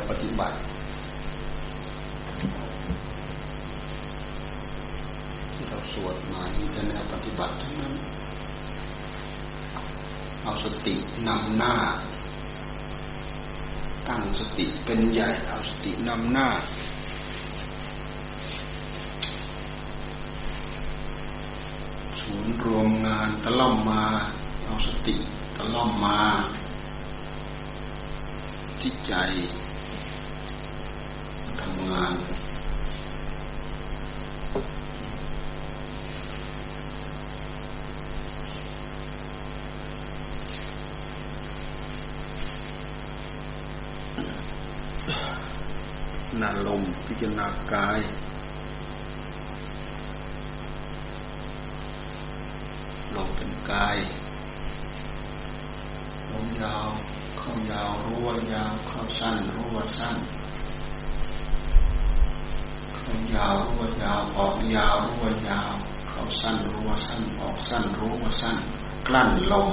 ปฏิบัติที่เราสวดมามีแต่แนวปฏิบัติทั้งนั้นเอาสตินำหน้าตั้งสติเป็นใหญ่เอาสตินำหน้าศูนย์รวมงานตะล่อมมาเอาสติตะล่อมมาที่ใจทำงานนาลมพิจารณากายลมเป็นกายลมยาวเข้ายาวรู้ว่ายาวเข้าสั้นรู้ว่าสั้นเข้ายาวรู้ว่ายาวออกยาวรู้ว่ายาวเข้าสั้นรู้ว่าสั้นออกสั้นรู้ว่าสั้นกลั้นลม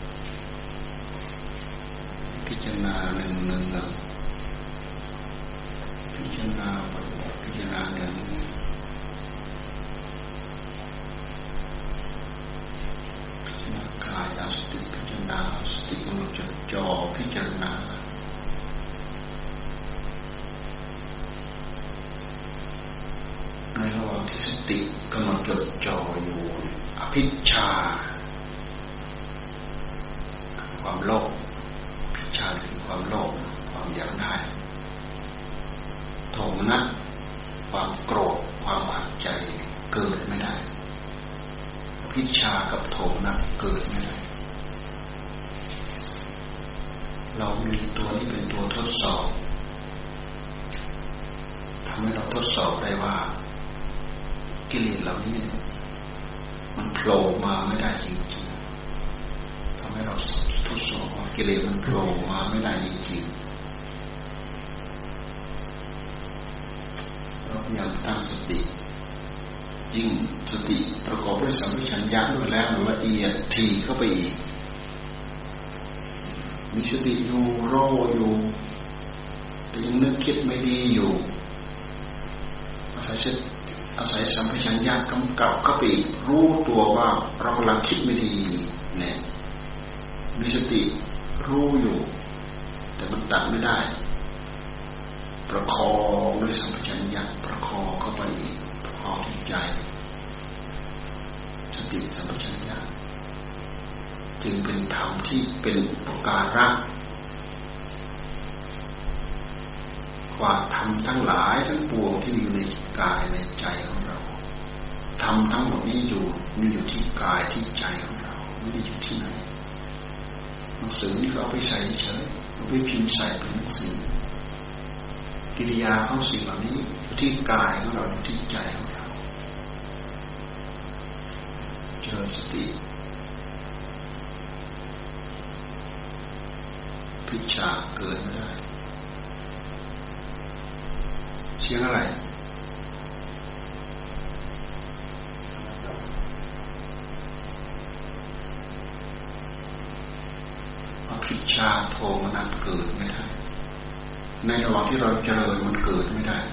พิจารณาหนึ่งพิจารณาพิจารณาหนึ่งพิจารณากายเอาสติพิจารณาสติกำหนดจดจ่อพิจารณาในระหว่างที่สติกำหนดจดจ่ออยู่อภิชฌาความโลภอภิชฌาคือความโลภความอยากได้โทมนัสความโกรธความขัดใจเกิดไม่ได้อภิชฌากับโทมนัสเกิดไม่ได้เรามีตัวนี้เป็นตัวทดสอบทำให้เราทดสอบได้ว่ากิเลสเหล่านี้มันโผล่มาไม่ได้จริงๆทำให้เราทดสอบว่ากิเลสมันโผล่มาไม่ได้จริงๆเราพยายามตั้งสติยิ่งสติประกอบด้วยสัมปชัญญะด้วยแล้วมันละเอียดถี่เข้าไปอีกมีสติอยู่โรอยู่แต่ยังนึกคิดไม่ดีอยู่อาศัยสัมปชัญญะกำกับเข้าไปอีกรู้ตัวว่าเรากำลังคิดไม่ดีเนี่ยมีสติรู้อยู่แต่มันตัดไม่ได้ประคองด้วยสัมปชัญญะประคองเข้าไปอีกประคองที่ใจสติสัมปชัญญะจึงเป็นธรรมที่เป็นอุปการะกว่าธรรมทั้งหลายทั้งปวงที่อยู่ในกายในใจของเราธรรมทั้งหมดนี้อยู่ที่กายที่ใจของเราไม่ได้อยู่ที่ไหนหนังสือนี่ก็เอาไปใส่เฉยเอาไปพิมพ์ใส่เป็นหนังสือกิริยาของสิ่งเหล่านี้อยู่ที่กายของเราอยู่ที่ใจของเราเจริญสติพิจารณาเกิดไม่ได้เสียงอะไรอภิชฌาโทมนัสเกิดไม่ได้ในระหว่างที่เราเจริญมันเกิดไม่ได้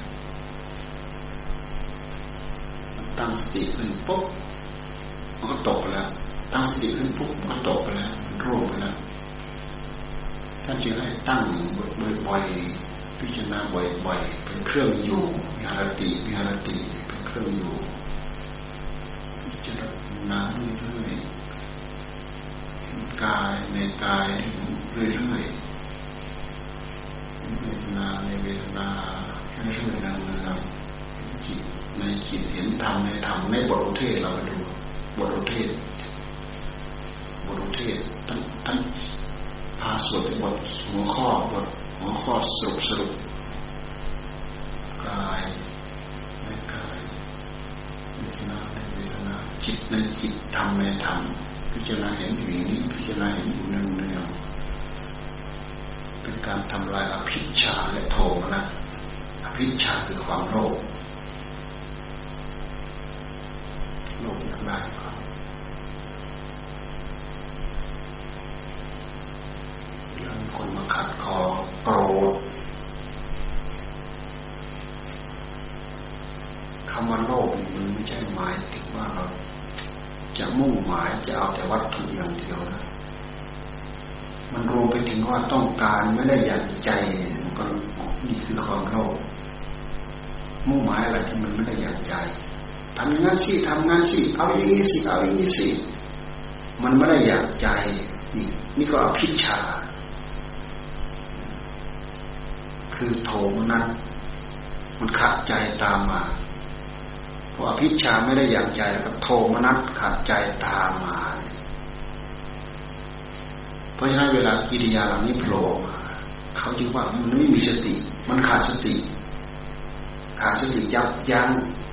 ตั้งสติขึ้นปุ๊บมันก็ตกไปแล้วตั้งสติขึ้นปุ๊บมันก็ตกไปแล้วมันร่วงไปแล้วท่านจึงให้ตั้งบ่อยๆพิจารณาบ่อยๆเป็นเครื่องอยู่วิหารติเป็นเครื่องอยู่พิจารณาเรื่อยๆกายในกายเรื่อยๆเวทนาในเวทนาเรื่อยๆนั่งจิตในจิตเห็นธรรมในธรรมในบทอุเทศเราไปดูบทอุเทศท่านพาสวดบทหัวข้อสรุปกายในกายเวทนาในเวทนาจิตในจิตธรรมในธรรมพิจารณาเห็นอยู่อย่างนี้พิจารณาเห็นอยู่เนืองๆเป็นการทำลายอภิชฌาและโทมนัสอภิชฌาคือความโลภอยากได้แล้วมีคนมาขัดคอโกรธวัตถุอย่างเดียวนะมันรวมไปถึงว่าต้องการไม่ได้อย่างใจมันก็นี่คือความโลภมุ่งหมายอะไรที่มันไม่ได้อย่างใจทำงานสิทำงานสิเอาอย่างนี้สิเอาอย่างนี้สิมันไม่ได้อย่างใจนี่ก็อภิชฌาคือโทมนัสมันขัดใจตามมาเพราะอภิชฌาไม่ได้อย่างใจแล้วก็โทมนัสขัดใจตามมาเพราะฉะนั้นเวลากิริยาเหล่านี้โผล่มาเขาจึงว่ามันไม่มีสติมันขาดสติยับยั้ง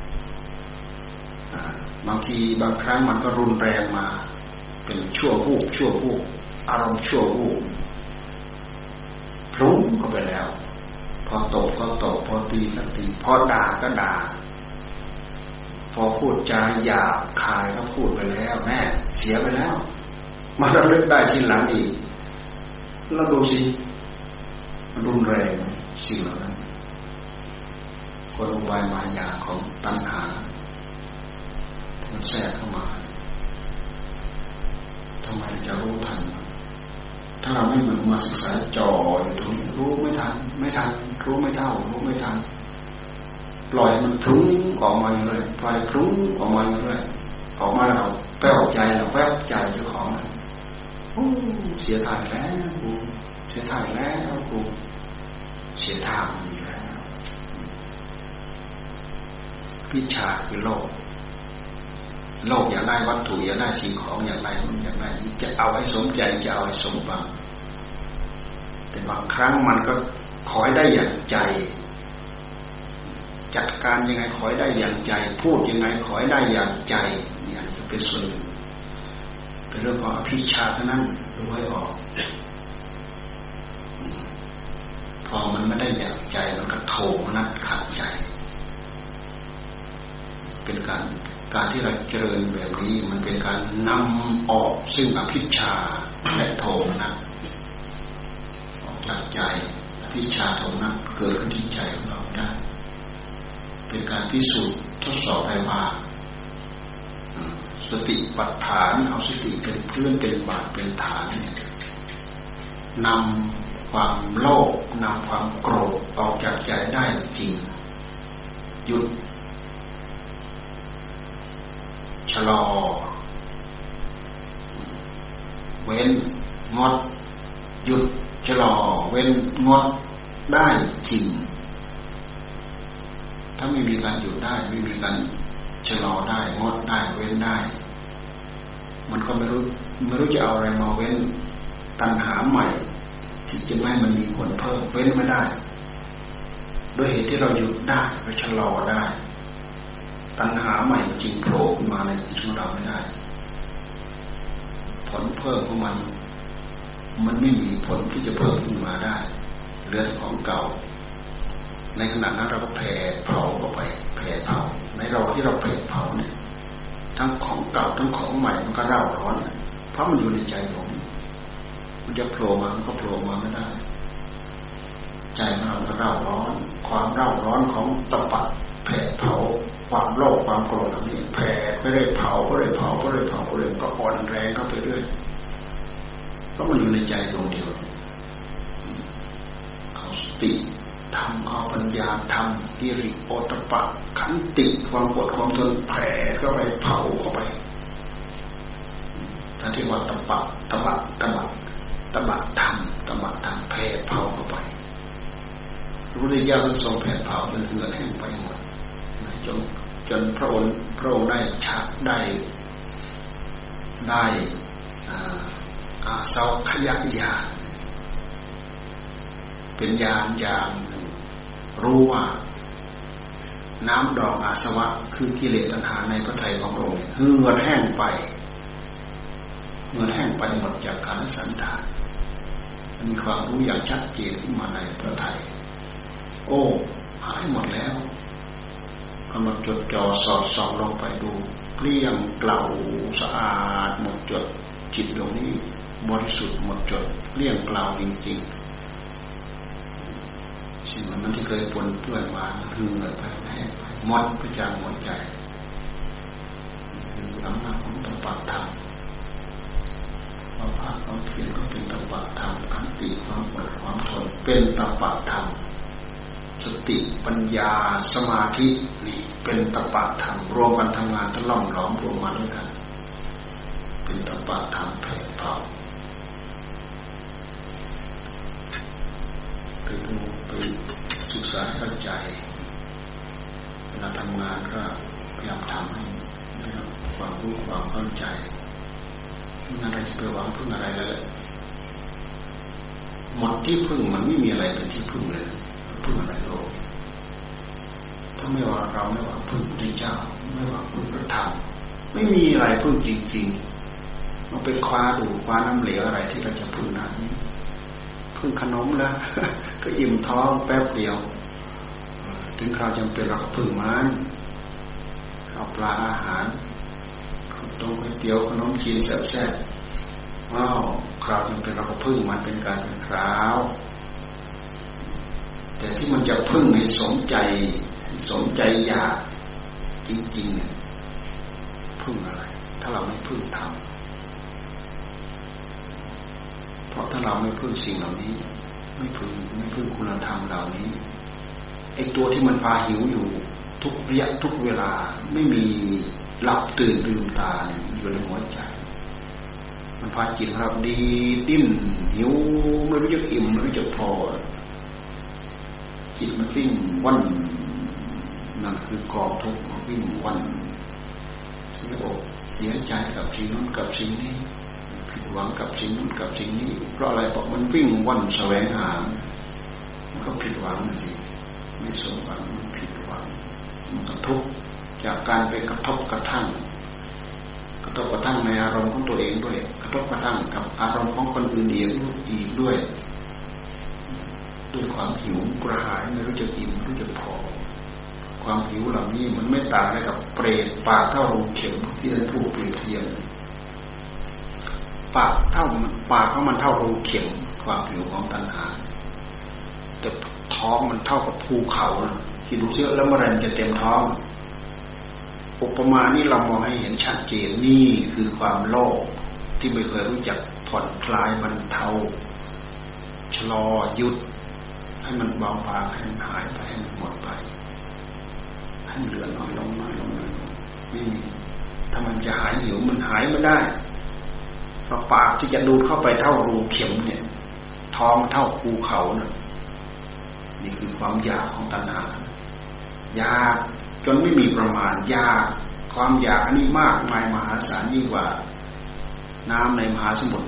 บางทีบางครั้งมันก็รุนแรงมาเป็นชั่ววูบอารมณ์ชั่ววูบพลุ้งเข้าไปแล้วพอตกก็ตกพอตีก็ตีพอด่าก็ด่าพอพูดจาหยาบคายก็พูดไปแล้วแม่เสียไปแล้วมาระลึกได้ทีหลังอีกแล้วดูสิมันรุนแรงสิ่งเหล่านั้นกลอุบายมายาของตัณหามันแทรกเข้ามาทำไมจะรู้ทันถ้าเราไม่เหมือนมาศึกษาจ่ออยู่ตรงนี้รู้ไม่ทันรู้ไม่เท่ารู้ไม่ทันปล่อยมันพลุ้งออกมาเลยปล่อยพลุ้งออกมาเลยออกมาเราแป๊บใจเราแป๊บใจเจ้าของเสียท่าแล้วกูเสียท่าแล้วกูเสียท่ามันอีกแล้ววิชาคือโลกอยากได้วัตถุอยากได้สิ่งของอยากได้นู่นอยากได้นี่จะเอาให้สมใจจะเอาให้สมหวังแต่บางครั้งมันก็ขอให้ได้อย่างใจจัดการยังไงขอให้ได้อย่างใจพูดยังไงขอให้ได้อย่างใจเนี่ยจะเป็นส่วนหนึ่งเป็นเรื่องของอภิชฌาเท่านั้นดูให้ออกพอมันไม่ได้อย่างใจมันก็โทมนัสขัดใจเป็นการที่เราเจริญแบบนี้มันเป็นการนำออกซึ่งอภิชฌาและโทมนัสออกจากใจอภิชฌาโทมนัสเกิดขึ้นที่ใจของเราได้เป็นการพิสูจน์ทดสอบได้ว่าสติปัฏฐานเอาสติเป็นพื้นเป็นบาทเป็นฐานนำความโลภนำความโกรธออกจากใจได้จริงหยุดชะลอเว้นงดหยุดชะลอเว้นงดได้จริงถ้าไม่มีการหยุดได้ไม่มีการชะลอได้งดได้เว้นได้มันก็ไม่รู้จะเอาอะไรมาเว้นตัณหาใหม่ที่จะไม่ให้มันมีผลเพิ่มเว้นไม่ได้ด้วยเหตุที่เราหยุดได้เราชะลอได้ตัณหาใหม่จริงโผล่ขึ้นมาในจิตของเราไม่ได้ผลเพิ่มของมันไม่มีผลที่จะเพิ่มขึ้นมาได้เหลือของเก่าในขณะนั้นเราก็แผ่เผาเข้าไปแผ่เผาในเราที่เราแผ่เผาเนี่ยทั้งของเก่าทั้งของใหม่มันก็เร่าร้อนเพราะมันอยู่ในใจผมมันจะโผล่มามันก็โผล่มาไม่ได้ใจของเราก็เร่าร้อนความเร่าร้อนของตะปะแผ่เผาความโลภความโกรธเหล่านี้แผ่ไปเรื่อยเผาก็อ่อนแรงเข้าไปเรื่อยเพราะมันอยู่ในใจดวงเดียวเอาสติทำเอาปัญญาทำกิริโอตปะขันติความอดความทนแผ่เข้าไปเผาเข้าไปท่านเรียกว่าตบะธรรมแผ่เผาเข้าไปพระพุทธเจ้าท่านทรงแผ่เผาจนเหือดแห้งไปหมดจนพระองค์ได้ชักได้อาสวัคยญาณเป็นญาณอย่างหนึ่งรู้ว่าน้ำดอกอาสวะคือกิเลสตัณหาในพระทัยของพระองค์เหือดแห้งไปหมดจากขันธ์สันดานมีความรู้อย่างชัดเจนขึ้นมาในพระทัยโอ้หายหมดแล้วกำลังจดจ่อสอดส่องลงไปดูเกลี้ยงเกลาสะอาดหมดจดจิตดวงนี้บริสุทธิ์หมดจดเกลี้ยงเกลาจริงๆสิ่งนั้นที่เคยปนเปื้อนมาเหือดไปแห้งไปหมดไปจากหัวใจคืออำนาจของตปะธรรมความเพียรก็เป็นตปะธรรมขันติความอดความทนเป็นตปะธรรมสติปัญญาสมาธินี่เป็นตปะธรรมรวมกันทำงานตะล่อมหลอมรวมมาด้วยกันเป็นตปะธรรมแผ่เผาไปดูไปศึกษาเข้าใจเวลาทำงานก็พยายามทำให้ได้รับความรู้ความเข้าใจงานอะไรจะไปหวังพึ่งอะไรแล้วหมดที่พึ่งมันไม่มีอะไรเป็นที่พึ่งเลยพึ่งอะไรโลกถ้าไม่ว่าเราไม่หวังพึ่งพระเจ้าไม่หวังพึ่งพระธรรมไม่มีอะไรพึ่งจริงๆมันเป็นคว้าดูคว้าน้ำเหลวอะไรที่เราจะพึ่งนั้นพึ่งขนมแล้วก็อิ่มท้องแป๊บเดียวถึงคราวจำเป็นเราก็พึ่งมันเอาปลาอาหารต้มก๋วยเตี๋ยวขนมจีนแซ่บๆว้าวคราวจำเป็นเราก็พึ่งมันเป็นการเป็นคราวแต่ที่มันจะพึ่งให้สมใจอยากจริงๆเนี่ยพึ่งอะไรถ้าเราไม่พึ่งธรรมเพราะถ้าเราไม่พึ่งสิ่งเหล่านี้ไม่พึ่งคุณธรรมเหล่านี้ไอ้ตัวที่มันพาหิวอยู่ทุกระยะทุกเวลาไม่มีหลับตื่นลืมตาอยู่ในหัวใจมันพาจิตเราดีดิ้นหิวไม่รู้จะอิ่มไม่รู้จะพอจิตมันวิ่งวันนั่นคือกองทุกข์วิ่งวันเสียอกเสียใจกับสิ่งนั้นกับสิ่งนี้ผิดหวังกับสิ่งนั้นกับสิ่งนี้เพราะอะไรบอกมันวิ่งวันแสวงหามันก็ผิดหวังนะสิไม่สมหวังมันผิดหวังมันกระทบจากการไปกระทบกระทั่งในอารมณ์ของตัวเองด้วยกระทบกระทั่งกับอารมณ์ของคนอื่นอีกด้วยความหิวกระหายไม่รู้จะอิ่มไม่รู้จะพอความหิวเหล่านี้มันไม่ต่างอะไรกับเปรตปากเท่ารูเข็มที่ท่านพูดเปรียบเทียบปากของมันเท่ารูเข็มความหิวของตัณหาแต่ท้องมันเท่ากับภูเขานะที่ดูเสียแล้วเมื่อไรจะเต็มท้องอุปมานี้เรามองให้เห็นชัดเจนนี่คือความโลภที่ไม่เคยรู้จักผ่อนคลายบรรเทาชะลอหยุดให้มันเบาบางให้มันหายไปให้มันหมดไปให้มันเหลือน้อยลงนี่ถ้ามันจะหายหิวมันหายไม่ได้เพราะปากที่จะดูดเข้าไปเท่ารูเข็มเนี่ยท้องเท่าภูเขาเนี่ยนี่คือความอยากของตัณหาอยากจนไม่มีประมาณอยากความอยากอันนี้มากมายมหาศาลยิ่งกว่าน้ำในมหาสมุทร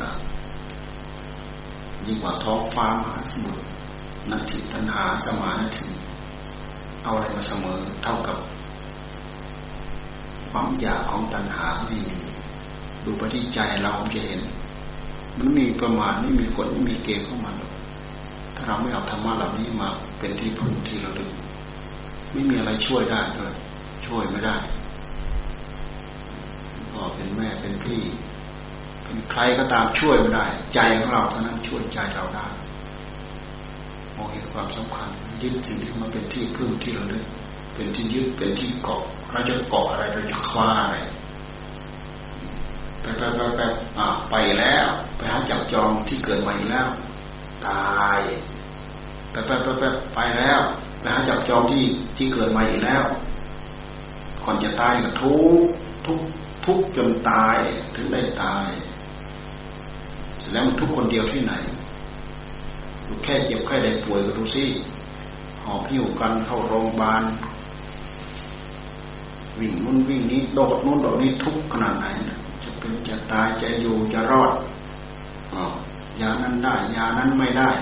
ยิ่งกว่าท้องฟ้ามหาสมุทรนัตถิตัณหาสมานัตถิเอาอะไรมาเสมอเท่ากับความอยากของตัณหาไม่มีดูปฏิจัยเราจะเห็นมันมีประมาณไม่มีกฎไม่มีเกณฑ์เข้ามาถ้าเราไม่เอาธรรมะเหล่านี้มาเป็นที่พึ่งที่ระลึกไม่มีอะไรช่วยได้เลยช่วยไม่ได้พ่อเป็นแม่เป็นพี่เป็นใครก็ตามช่วยไม่ได้ใจของเราเท่านั้นช่วยใจเราได้มองเห็นความสำคัญยึดสิ่งที่มาเป็นที่พึ่งที่ระลึกเป็นที่ยึดเป็นที่เกาะเราจะเกาะอะไรเราจะคว้าอะไรไปแล้วไปหาจับจองที่เกิดใหม่แล้วตายไปแล้วไปหาจับจองที่เกิดใหม่อีกแล้วก่อนจะตายก็ทุกจนตายถึงได้ตายเสร็จแล้วมันทุกคนเดียวที่ไหนแค่เจ็บแค่ได้ป่วยก็ดูสิหอบหิ้วกันเข้าโรงพยาบาลวิ่งนู่นวิ่งนี้โดดนู่นโดดนี้ทุกขนาดไหนจะเป็นจะตายจะอยู่จะรอดยานั้นได้ยานั้นไม่ได้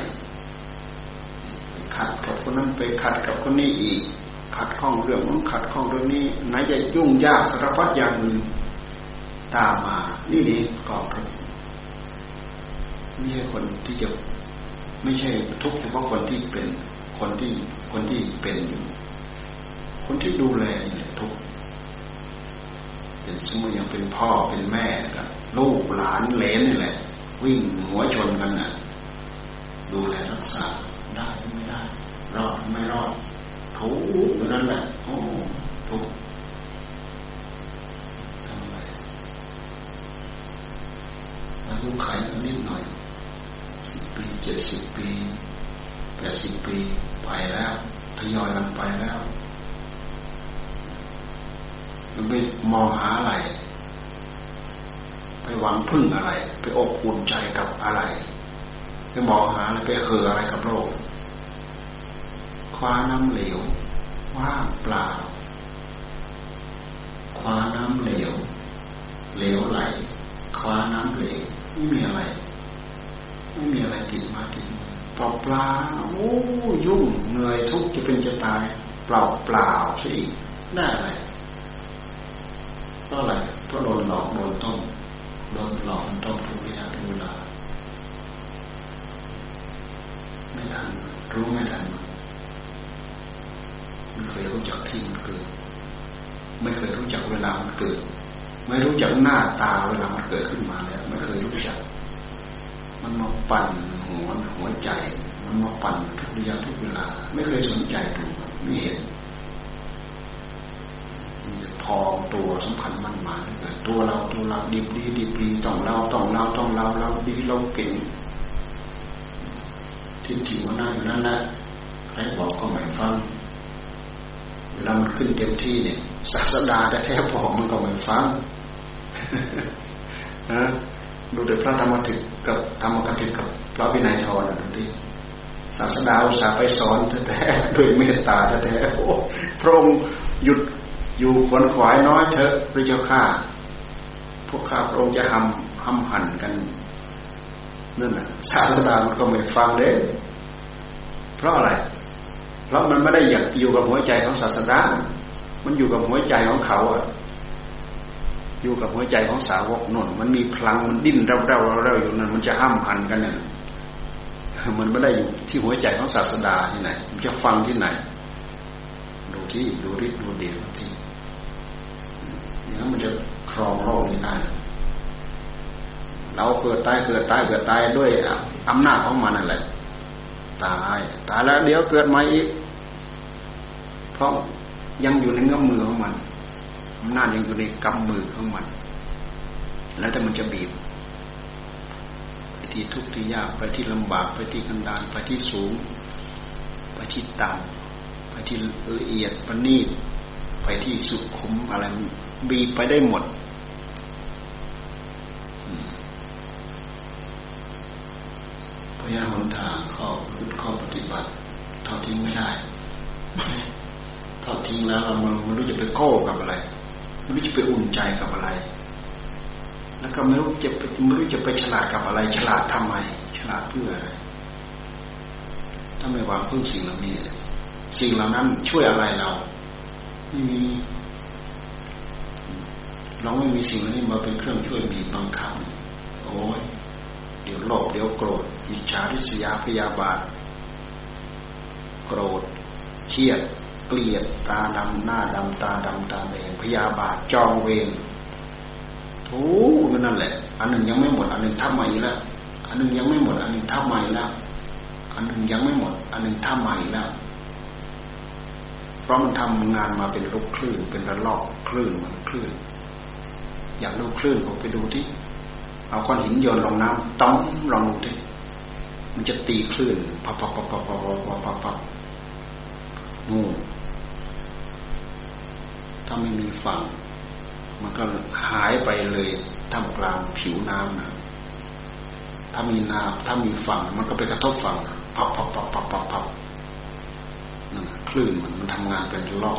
ขัดกับคนนั้นไปขัดกับคนนี้อีกขัดข้องเรื่องนั้นขัดข้องเรื่องนี้ไหนจะยุ่งยากสารพัดอย่างอื่นตามมานี่กองทุกข์ไม่ใช่คนที่จะไม่ใช่ทุกข์เฉพาะคนที่เป็นคนที่เป็นอยู่คนที่ดูแลนี่ทุกข์เป็นสมมติอย่างเป็นพ่อเป็นแม่กับลูกหลานเหลนนี่แหละวิ่งหัวชนกันน่ะดูแลรักษาได้ไม่ได้รอดไม่รอดทุกข์นั่นแหละโอ้ทุกข์ทำไมยุขัยนิดหน่อย10 ปี70 ปี80 ปีไปแล้วทยอยกันไปแล้วมันไปมองหาอะไรไปหวังพึ่งอะไรไปอบอุ่นใจกับอะไรไปมองหาอะไรไปเห่ออะไรกับโลกคว้าน้ำเหลวว่างเปล่าคว้าน้ำเหลวเหลวไหลคว้าน้ำเหลวไม่มีอะไรติดมาติดเปล่าเปล่าโอ้ยุ่งเหนื่อยทุกข์จะเป็นจะตายเปล่าเปล่าสิได้อะไรเพราะอะไรเพราะโดนหลอกโดนต้มโดนหลอกต้มทุกเวลาไม่ทันรู้ไม่ทันไม่เคยรู้จักที่มันเกิดไม่เคยรู้จักเวลามันเกิดไม่รู้จักหน้าตาเวลามันเกิดขึ้นมาแล้วไม่เคยรู้จักมันมาปั่นหัวใจมันมาปั่นทุกระยะทุกเวลาไม่เคยสนใจดูไม่เห็นพอตัวสำคัญมั่นหมายตัวเราดีต้องเราดีเราเก่งทิฏฐิมันนั่นอยู่นั่นแหละใครบอกก็ไม่ฟังเวลามันขึ้นเต็มที่เนี่ยศาสดาแท้ๆบอกมันก็ไม่ฟังนะดูแต่พระธรรมถึกกับธรรมกถึกกับพระวินัยทรดูดิศาสดาอุตส่าห์ไปสอนแท้ๆด้วยเมตตาแท้ๆโอ้พระองค์หยุดอยู่ขวนขวายน้อยเถอะพระเจ้าข้าพวกข้าพระองค์จะห้ำหั่นกันนั่นน่ะศาสดามันก็ไม่ฟังเด้เพราะอะไรเพราะมันไม่ได้อยากอยู่กับหัวใจของศาสดามันอยู่กับหัวใจของเขาอ่ะอยู่กับหัวใจของสาวกนนมันมีพลังมันดิ้นเร่าอยู่นั่นมันจะห้ำหั่นกันเนี่ยมันไม่ได้อยู่ที่หัวใจของศาสดาที่ไหนมันจะฟังที่ไหนดูฤทธิ์ดูเดชที่แล้วมันจะครองโลกนี้ได้เราเกิดตายด้วยอำนาจของมันนั่นแหละตายแล้วเดี๋ยวเกิดใหม่อีกเพราะยังอยู่ในเงื้อมมือของมันอำนาจยังอยู่ในกำมือของมันแล้วแต่มันจะบีบไปที่ทุกข์ที่ยากไปที่ลำบากไปที่กันดารไปที่สูงไปที่ต่ำไปที่ละเอียดประณีตไปที่สุขุมอะไรบีบไปได้หมดพยายามหนทางข้อปฏิบัติทอดทิ้งไม่ได้ทอดทิ้งแล้วเราไม่รู้จะไปโก้กับอะไรไม่รู้จะไปอุ่นใจกับอะไรแล้วก็ไม่รู้จะไปฉลาดกับอะไรฉลาดทำไมฉลาดเพื่ออะไรถ้าไม่วางพึ่งสิ่งเหล่านี้สิ่งเหล่านั้นช่วยอะไรเราไม่มีเราไม่มีสิ่งเหล่านี้มาเป็นเครื่องช่วยบีบบังคับโอ้ยเดี๋ยวโลภเดี๋ยวโกรธอิจฉาริษยาพยาบาทโกรธเครียดเกลียดตาดำหน้าดำตาดำตาแดงพยาบาทจองเวรทุกนั่นแหละอันหนึ่งยังไม่หมดอันหนึ่งทำใหม่แล้วอันหนึ่งยังไม่หมดอันหนึ่งทำใหม่แล้วอันหนึ่งยังไม่หมดอันหนึ่งทำใหม่แล้วเพราะมันทำงานมาเป็นลูกคลื่นเป็นระลอกคลื่นมันคลื่นอยากดูคลื่นก็ไปดูที่เอาก้อนหินโยนลงน้ำต้มลองดูที่มันจะตีคลื่นพับงูถ้าไม่มีฝั่งมันก็หายไปเลยท่ามกลางผิวน้ำนะถ้ามีน้ำถ้ามีฝั่งมันก็ไปกระทบฝั่งพับนั่นคลื่นมันทำงานเป็นล่อ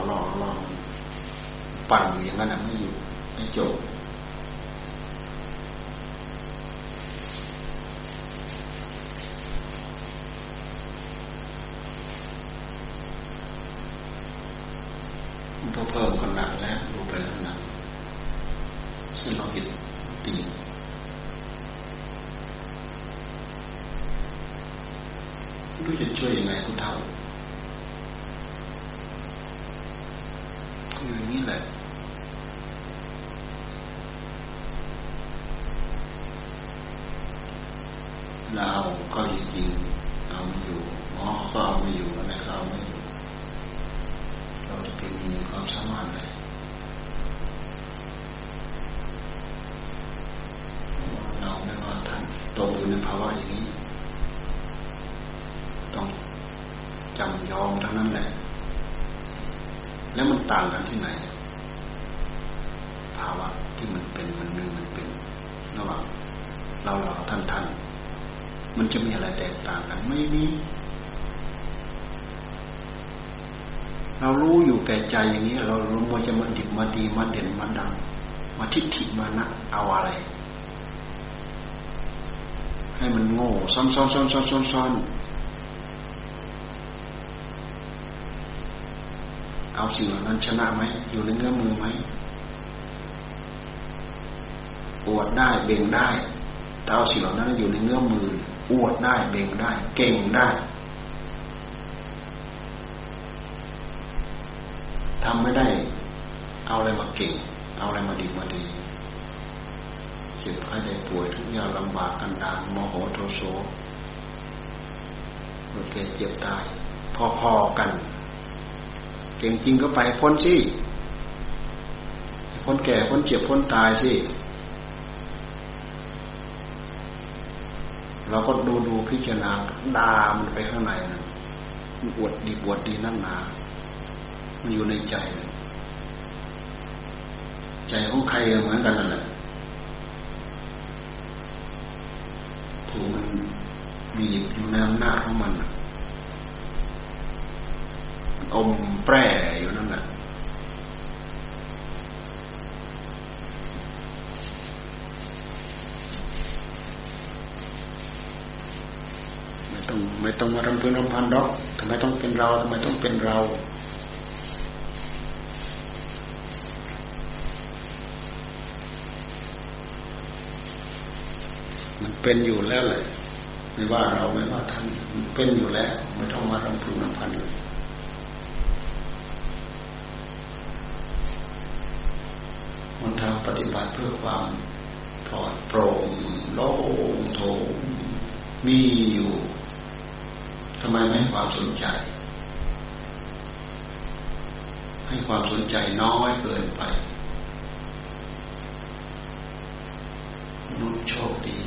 ปั่นอยู่อย่างนั้นไม่อยู่ไม่จบเพิ่มกันหนักแล้วดูไปแล้วหนักเส้นโลหิตตีบรู้จะช่วยยังไงผู้เฒ่าคืออย่างนี้แหละเราก็จริงๆเอาไม่อยู่หมอก็เอาไม่อยู่อะไรก็เอาไม่อยู่เราจะเป็นมีความสามารถเลยเราไม่ตกอยู่ในภาวะอย่างนี้ต้องจำยอมเท่านั้นแหละแล้วมันต่างกันที่ไหนภาวะที่มันเป็นมันมีมันเป็นระหว่างเราท่านมันจะมีอะไรแตกต่างกันไม่มีเรารู้อยู่แก่ใจอย่างนี้เรารู้ว่าจะมาดิบมาดีมาเด่นมาดังมาทิฏฐิมานะเอาอะไรให้มันโง่ซ้อนเอาสิ่งเหล่านั้นชนะไหมอยู่ในเงื้อมือไหมอวดได้เบ่งได้แต่เอาสิ่งเหล่านั้นอยู่ในเงื้อมืออวดได้เบ่งได้เก่งได้ทำไม่ได้เอาอะไรมาเก่งเอาอะไรมาดีเจ็บไข้ได้ป่วยทุกอย่างลำบากกันดารโมโหโทโสเกิดแก่เจ็บตายพอๆกันเก่งจริงก็ไปพ้นสิพ้นแก่พ้นเจ็บพ้นตายสิเราก็ดูพิจารณาดามันไปข้างในนะมันอวดดีนั่นหนามันอยู่ในใจใจของใครเหมือนกันนั่นแหละถูกมันมีอยู่ในอำนาจของมันอมแปร่อยู่นั่นแหละไม่ต้องมารำพึงรำพันหรอกทำไมต้องเป็นเราทำไมต้องเป็นเรามันเป็นอยู่แล้วแหละไม่ว่าเราไม่ว่าท่านมันเป็นอยู่แล้วไม่ต้องมารำพึงรำพันเลยมันทำปฏิบัติเพื่อความปลอดโปร่งโล่งโถงมีอยู่ทำไมไม่ให้ความสนใจให้ความสนใจน้อยเกินไปมนุษย์โชคดี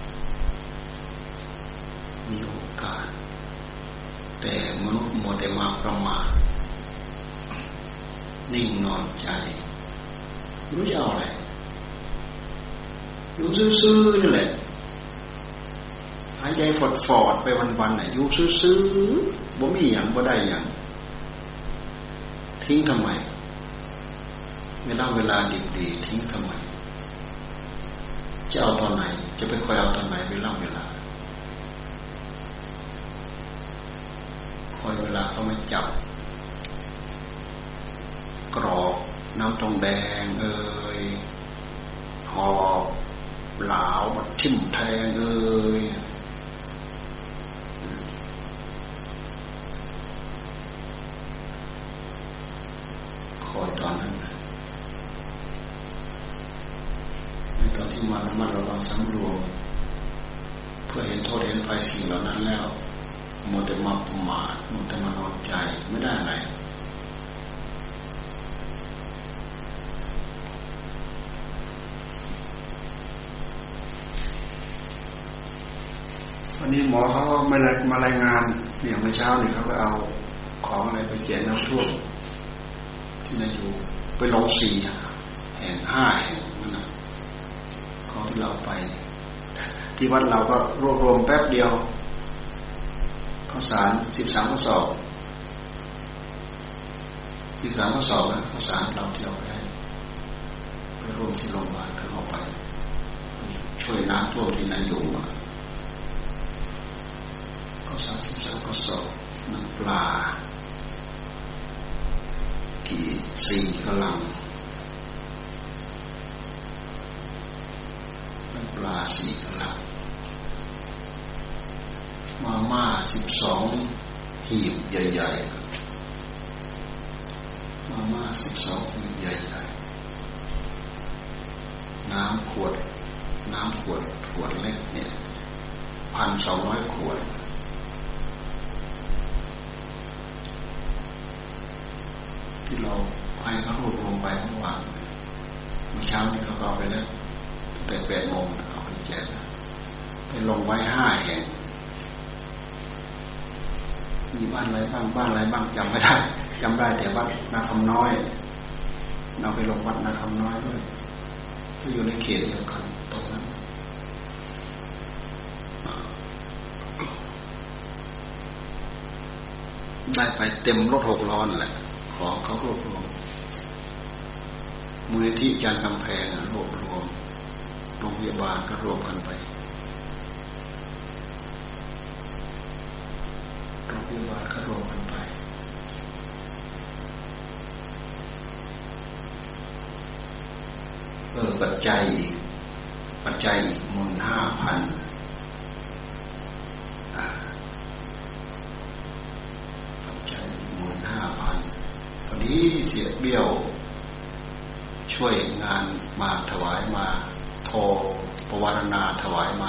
มีโอกาสแต่มนุษย์มัวแต่มาประมาทนิ่งนอนใจรู้จะเอาอะไรอยู่ซื่อๆนี่แหละหายใจฟอดๆไปวันๆน่ะอยู่ซื่อๆบ่มีหยังบ่ได้หยังทิ้งทำไมเวลาดีๆทิ้งทำไมจะเอาตอนไหนจะไปคอยเอาตอนไหนเวลาคอยเวลาเขามาจับกรอกน้ำทองแดงหอบหลาวมาทิ่มแทงคอยตอนนั้นในตอนที่มันระวังสำรวมเพื่อเห็นโทษเห็นภัยสิ่งเหล่านั้นแล้วมัวแต่มาประมาทมัวแต่มานอนใจไม่ได้อะไรวันนี้หมอเขาก็มารายงานเนี่ยเมื่อเช้านี่เขาก็เอาของอะไรไปแจกน้ำท่วมที่นาอยู่ไปลง4 แห่ง 5 แห่งนั่นนะของที่เราไปที่วัดเราก็รวบรวมแป๊บเดียวข้าวสาร13 กระสอบ13 กระสอบนะข้าวสารเราเที่ยวไปรวมที่โรงพยาบาลเข้าไปช่วยน้ำท่วมที่นาอยู่13 กระสอบน้ำปลา4 กะลังน้ำปลา4 กะลังมาม่า12 หีบใหญ่ๆมาม่า12 หีบใหญ่ๆน้ำขวดเล็กเนี่ย 1,200 ขวดที่เราให้เขารวบรวมไปเมื่อวานเมื่อเช้านี้เราก็เอาไปแล้วตั้งแต่8 โมงเอาไปแจกไปลงไว้5 แห่งมีบ้านอะไรบ้างจำไม่ได้จำได้แต่วัดนาคำน้อยเราไปลงวัดนาคำน้อยด้วยที่อยู่ในเขตเดียวกันตรงนั้นได้ไปเต็มรถ6 ล้อแหละของเขารวบรวมมูลนิธิจานกำแพงรวบรวมโรงพยาบาลก็รวมกันไปโรงพยาบาลก็รวมกันไปปัจจัยอีก 15,000 ปัจจัยอีก 15,000พอดีเสียเบี้ยวช่วยงานมาถวายมาโทรประวารณาถวายมา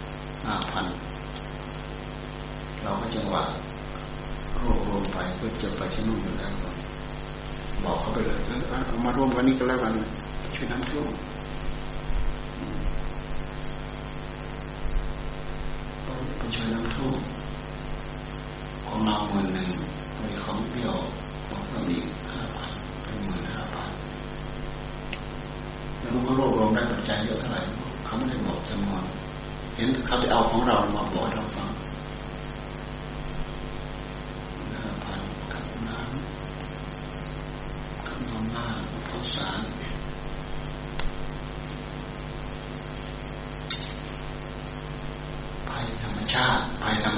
5,000 เราก็จังหวะรวบรวมไปเพื่อจะไปที่นู่นอยู่แล้วบอกเขาไปเลยเอามาร่วมกันนี้ก็แล้วกันช่วยน้ำท่วมไปช่วยน้ำท่วมของเรา10,000มีของเบี้ยวของเราอีก 5,000 เป็น 15,000แล้วรู้ว่ารวบรวมได้ปัจจัยเยอะเท่าไหร่เขาไม่ได้บอกจำนวนเห็นเขาจะเอาของเรามาบอกให้เราฟัง 5,000 กับน้ำกับนมหน้าข้าวสารภัยธรรมชาติ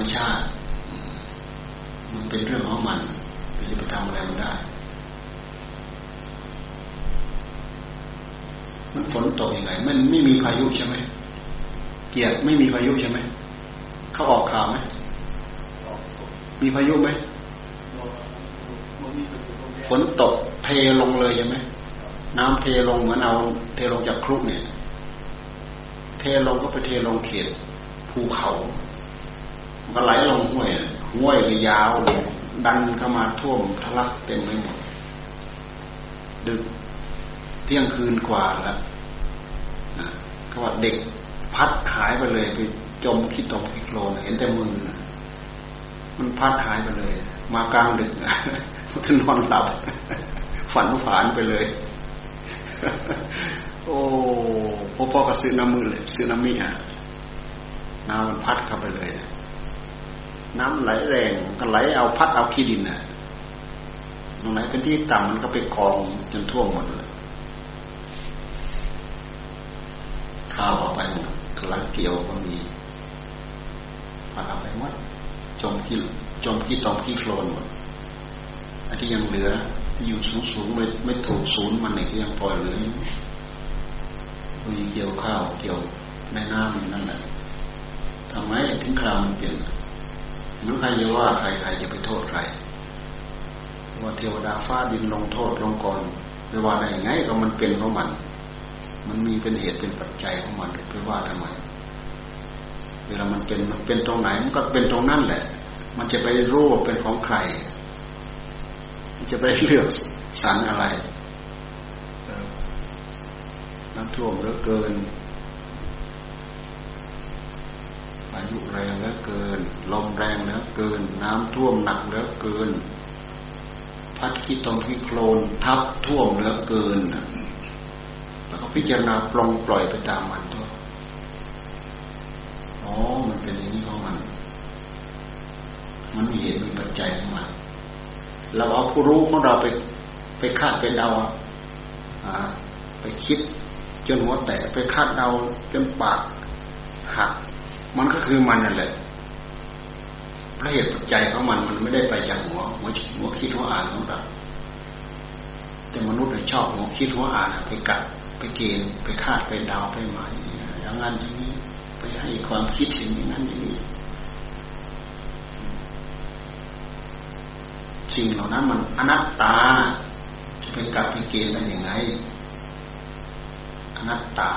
มันเป็นเรื่องของมันเราจะไปทำอะไรมันได้มันฝนตกยังไงมันไม่มีพายุใช่ไหมเกียรติไม่มีพายุใช่ไหมเขาออกข่าวไหมมีพายุไหมฝนตกเทลงเลยใช่ไหมน้ำเทลงเหมือนเอาเทลงจากครุเนี่ยเทลงก็ไปเทลงเขตภูเขามันก็ไหลลงห้วยก็ยาวดันเข้ามาท่วมทะลักเต็มไปหมดดึกเที่ยงคืนกว่าแล้วก็ว่าเด็กพัดหายไปเลยไปจมขี้ตมขี้โคลนเห็นแต่มันพัดหายไปเลยมากลางดึกมันนอนหลับฝันผานไปเลยโอ้พ่อก็ซึนามิน้ำมันพัดเข้าไปเลยน้ำไหลแรงก็ไหลเอาพัดเอาขี้ดินน่ะตรงไหนเป็นที่ต่ำมันก็ไปกองจนท่วมหมดเลยข้าวออกไปหมดกำลังเกี่ยวก็มีพัดเอาไปหมดจมขี้ตมขี้โคลนหมดไอ้ที่ยังเหลือที่อยู่สูงไม่ถูกศูนย์มันเนี่ยยังปล่อยเหลืออยู่มีเกี่ยวข้าวเกี่ยวในน้ำนั่นแหละทำไมถึงคราวมันเปลี่ยนไม่ใครจะว่าใครจะไปโทษใครว่าเทวดาฟ้าดินลงโทษลงก่อนไม่ว่าได้ยังไงก็มันเป็นเพราะมันมีเป็นเหตุเป็นปัจจัยของมันไปว่าทำไมเวลามันเป็นตรงไหนมันก็เป็นตรงนั้นแหละมันจะไปรู้ว่าเป็นของใครมันจะไปเลือกสรรอะไรน้ำท่วมเหลือเกินพายุแรงเหลือเกินลมแรงเหลือเกินน้ำท่วมหนักเหลือเกินพัดขี้ตมขี้โคลนทับท่วมเหลือเกินแล้วก็พิจารณาปล่อยไปตามมันตัวอ๋อมันเป็นอย่างนี้ของมันมีเหตุมีปัจจัยของมันเราเอาผู้รู้ของเราไปคาดไปเดาไปคิดจนหัวแตกไปคาดเดาจนปากหักมันก็คือมันนั่นแหละเพราะเหตุปัจจัยของมันไม่ได้ไปจากหัวคิดหัวอ่านของเราแต่มนุษย์ชอบหัวคิดหัวอ่านไปกัดไปเกณฑ์ไปคาดไปเดาไปหมายอย่างนั้นอย่างนี้ไปให้ความคิดสิ่งนั้นอย่างนี้สิ่งเหล่านั้นมันอนัตตาจะเป็นกัดไปเกณฑ์ได้ยังไงอนัตตา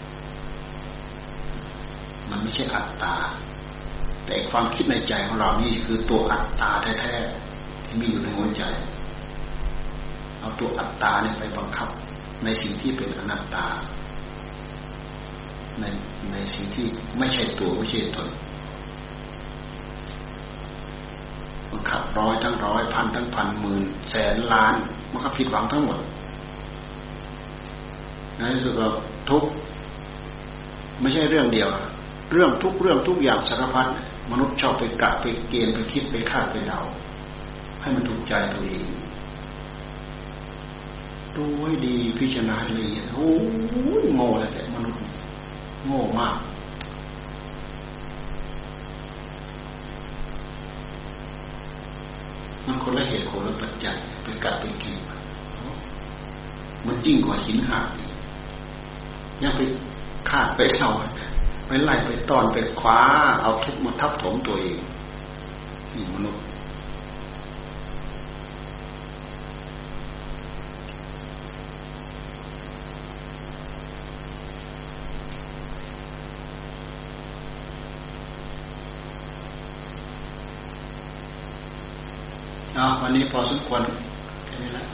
มันไม่ใช่อัตตาแต่ความคิดในใจของเรานี่คือตัวอัตตาแท้ๆที่มีอยู่ในหัวใจเอาตัวอัตตาเนี่ยไปบังคับในสิ่งที่เป็นอนัตตาในในสิ่งที่ไม่ใช่ตัวไม่ใช่ตนมันขับร้อยทั้งร้อยพันทั้งพันหมื่นแสนล้านมันก็ผิดหวังทั้งหมดในที่สุดเราทุกไม่ใช่เรื่องเดียวเรื่องทุกอย่างสารพัดมนุษย์ชอบไปกะไปเกณฑ์ไปคิดไปคาดไปเดาให้มันถูกใจตัวเองดูให้ดีพิจารณาให้ละเอียดโอ้ยโง่แล้วแต่มนุษย์โง่มากมันคนละเหตุคนละปัจจัยไปกะไปเกณฑ์มันยิ่งกว่าหินหักยังไปคาดไปเดาไปไล่ไปตอนไปคว้าเอาทุกข์มาทับถมตัวเองนี่มนุษย์วันนี้พอสมควรแค่นี้แหละ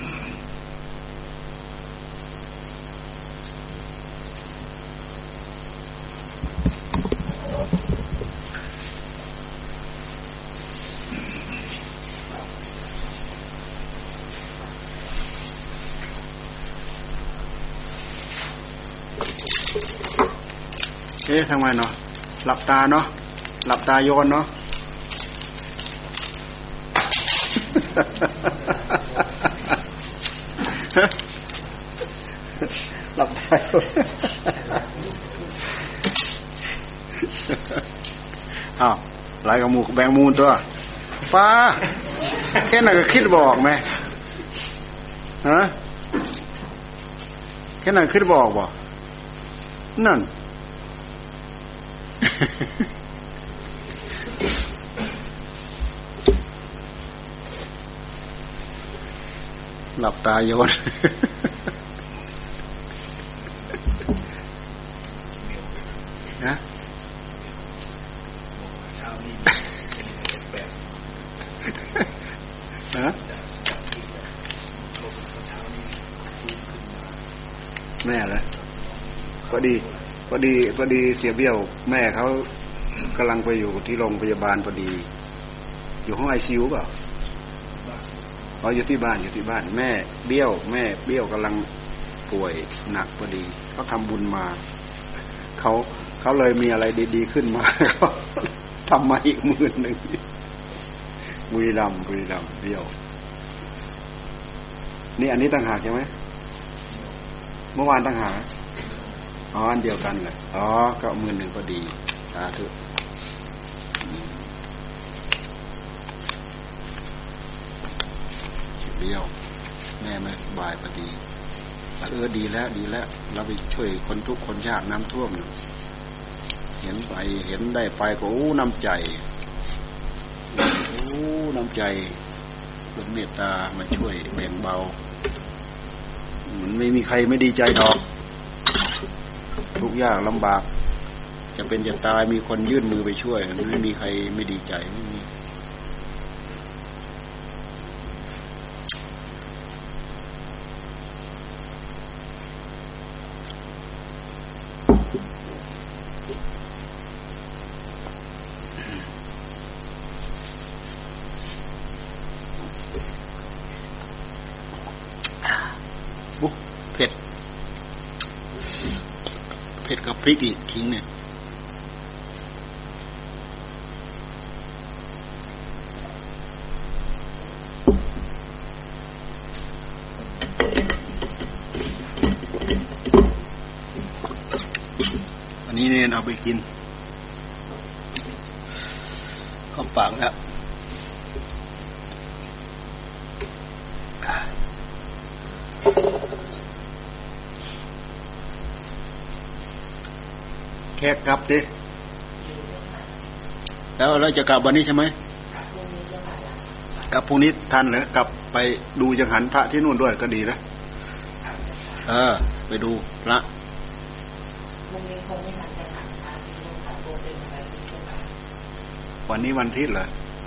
ทำไมเนาะหลับตาเนาะหลับตาโยนเนาะหลับตาอ้าวไหลกับมูแบงมูนตัวป้าแค่นั้นก็คิดบอกไหมฮะแค่นั้นคิดบอกบ่นั่นหลับตาโยนนะฮะแม่ละพอดีเสียเบี้ยวแม่เขากำลังไปอยู่ที่โรงพยาบาลพอดีอยู่ห้องICUเปล่าอยู่ที่บ้านแม่เบี้ยวกำลังป่วยหนักพอดีเขาทำบุญมาเขาเลยมีอะไรดีๆขึ้นมาเขาทำมาอีก10,000บุรีรัมย์เบี้ยวนี่อันนี้ต่างหากใช่ไหมเมื่อวานต่างหากอันเดียวกันเลยก็10,000พอดีสาธุเบี้ยวแม่ไม่สบายพอดีดีแล้วเราไปช่วยคนทุกข์คนยากน้ำท่วมเห็นได้ไปก็น้ำใจน้ำใจคนเมตตามาช่วยแบ่งเบามันไม่มีใครไม่ดีใจดอกทุกข์ยากลำบากจะเป็นจะตายมีคนยื่นมือไปช่วยไม่มีใครไม่ดีใจไม่มีเผ็ดกับพริกอีกทิ้งเนี่ยอันนี้เนี่ยเอาไปกินเข้าปากแล้วแขกกลับดิแล้วเราจะกลับวันนี้ใช่ไหมกลับพรุ่งนี้ทันเหรอกลับไปดูจังหันพระที่นู่นด้วยก็ดีนะไปดูพระวันนี้วันอาทิตย์เหรอ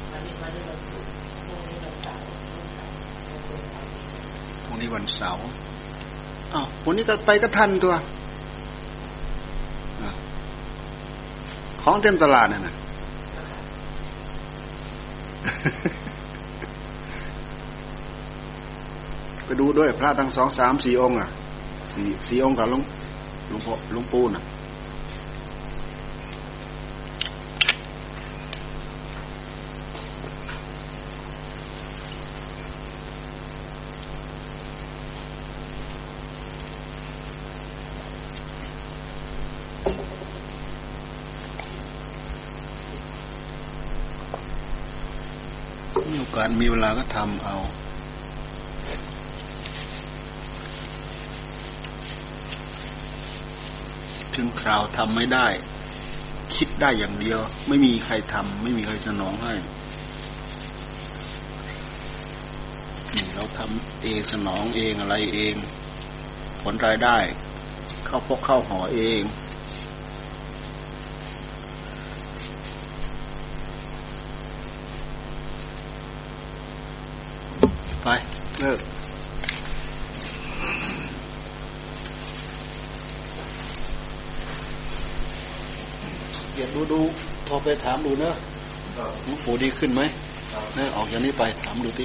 พรุ่งนี้วันเสาร์วันนี้ก็ไปก็ทันตัวของเต็มตลาดน่ะ ไปดูด้วยพระทั้ง2 3 4 องค์อ่ะ4 องค์กับหลวงปู่น่ะมีโอกาสมีเวลาก็ทำเอาถึงคราวทำไม่ได้คิดได้อย่างเดียวไม่มีใครทำไม่มีใครสนองให้นี่เราทำเองสนองเองอะไรเองผลรายได้เข้าพกเข้าหอเองไปเลิกเดี๋ยวดูพอไปถามดูเนอะหลวงปู่ดีขึ้นไหมเนี่ยออกจากนี้ไปถามดูที่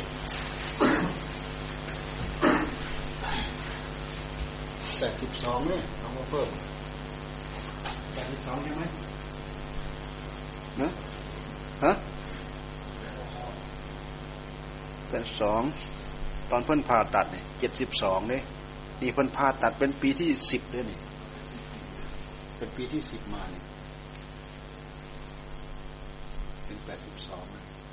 82เนี่ยเอามาเพิ่ม82ใช่ไหมนะฮะ82ตอนเพิ่นผ่าตัดเนี่ย72เนี่ยนี่เพิ่นผ่าตัดเป็นปีที่10ด้วยนี่เป็นปีที่10มาเนี่ยเป็น82นะ